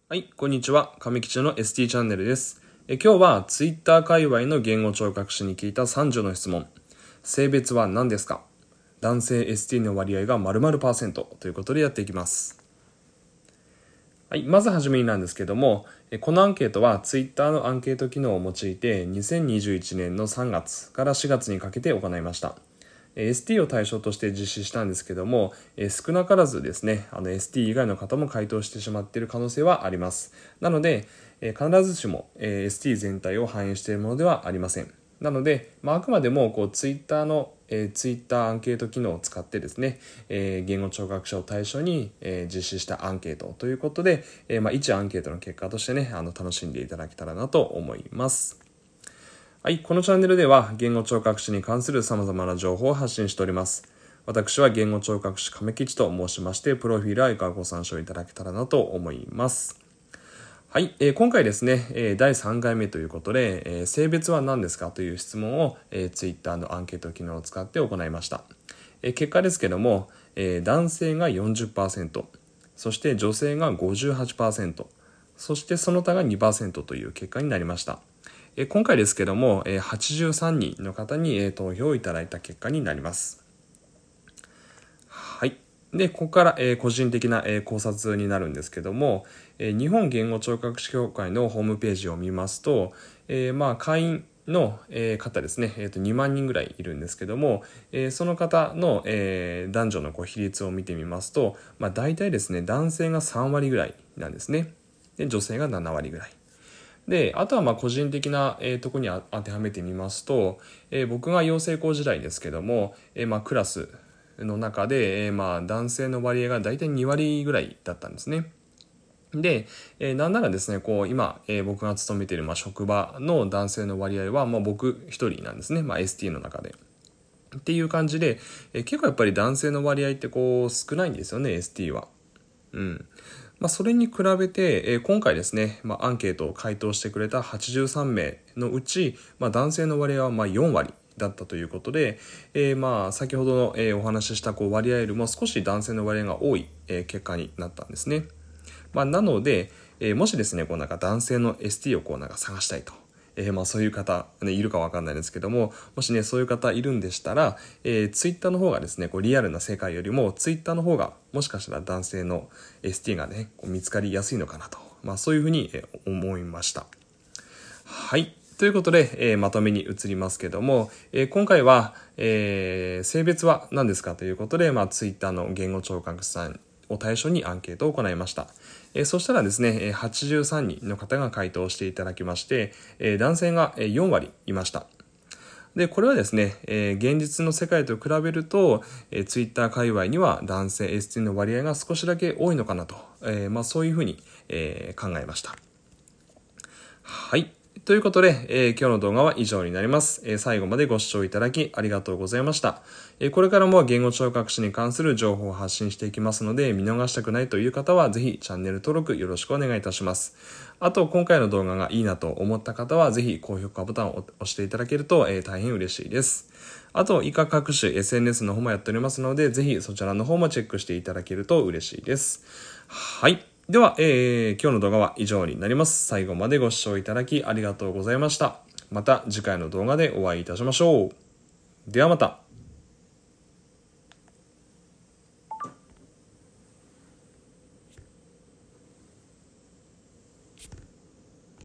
はい、こんにちは。亀吉の ST チャンネルです。今日は Twitter 界隈の言語聴覚士に聞いた30の質問。性別は何ですか？男性 ST の割合が〇〇%ということでやっていきます。はい、まずはじめになんですけども、このアンケートは Twitter のアンケート機能を用いて2021年の3月から4月にかけて行いました。ST を対象として実施したんですけども、少なからずですね、ST 以外の方も回答してしまっている可能性はあります。なので、必ずしも、ST 全体を反映しているものではありません。なので、あくまでもTwitter の、Twitter アンケート機能を使ってですね、言語聴覚者を対象に、実施したアンケートということで、一アンケートの結果としてね、楽しんでいただけたらなと思います。はい、このチャンネルでは言語聴覚士に関する様々な情報を発信しております。私は言語聴覚士亀吉と申しまして、プロフィールはいかがご参照いただけたらなと思います。はい、今回ですね、第3回目ということで、性別は何ですかという質問を、Twitter のアンケート機能を使って行いました。結果ですけども、男性が 40%、そして女性が 58%、そしてその他が 2% という結果になりました。今回ですけども、83人の方に投票いただいた結果になります。はい。で、ここから、個人的な、考察になるんですけども、日本言語聴覚士協会のホームページを見ますと、会員の方ですね、2万人ぐらいいるんですけども、その方の男女の比率を見てみますと、大体ですね、男性が3割ぐらいなんですね。で、女性が7割ぐらい。で、あとは個人的なところに当てはめてみますと、僕が養成校時代ですけども、クラスの中で、男性の割合が大体2割ぐらいだったんですね。で、なんならですね、今、僕が勤めている職場の男性の割合は僕一人なんですね、ST の中で。っていう感じで、結構やっぱり男性の割合って少ないんですよね、ST は。それに比べて、今回ですね、アンケートを回答してくれた83名のうち、男性の割合は4割だったということで、先ほどの、お話しした割合よりも少し男性の割合が多い、結果になったんですね。なので、もしですね、男性の ST を探したいと。そういう方、いるかわかんないですけども、もしね、そういう方いるんでしたら、ツイッターの方がですね、リアルな世界よりも、ツイッターの方が、もしかしたら男性の ST がね、見つかりやすいのかなと。そういうふうに、思いました。はい。ということで、まとめに移りますけども、今回は、性別は何ですかということで、ツイッターの言語聴覚士さんを対象にアンケートを行いました。そしたらですね、83人の方が回答していただきまして、男性が4割いました。で、これはですね、現実の世界と比べると、ツイッター界隈には男性 ST の割合が少しだけ多いのかなと、そういうふうに、考えました。はい。ということで、今日の動画は以上になります。最後までご視聴いただきありがとうございました。これからも言語聴覚士に関する情報を発信していきますので、見逃したくないという方はぜひチャンネル登録よろしくお願いいたします。あと、今回の動画がいいなと思った方はぜひ高評価ボタンを押していただけると、大変嬉しいです。あと、以下各種 SNS の方もやっておりますので、ぜひそちらの方もチェックしていただけると嬉しいです。はい。では、今日の動画は以上になります。最後までご視聴いただきありがとうございました。また次回の動画でお会いいたしましょう。ではまた。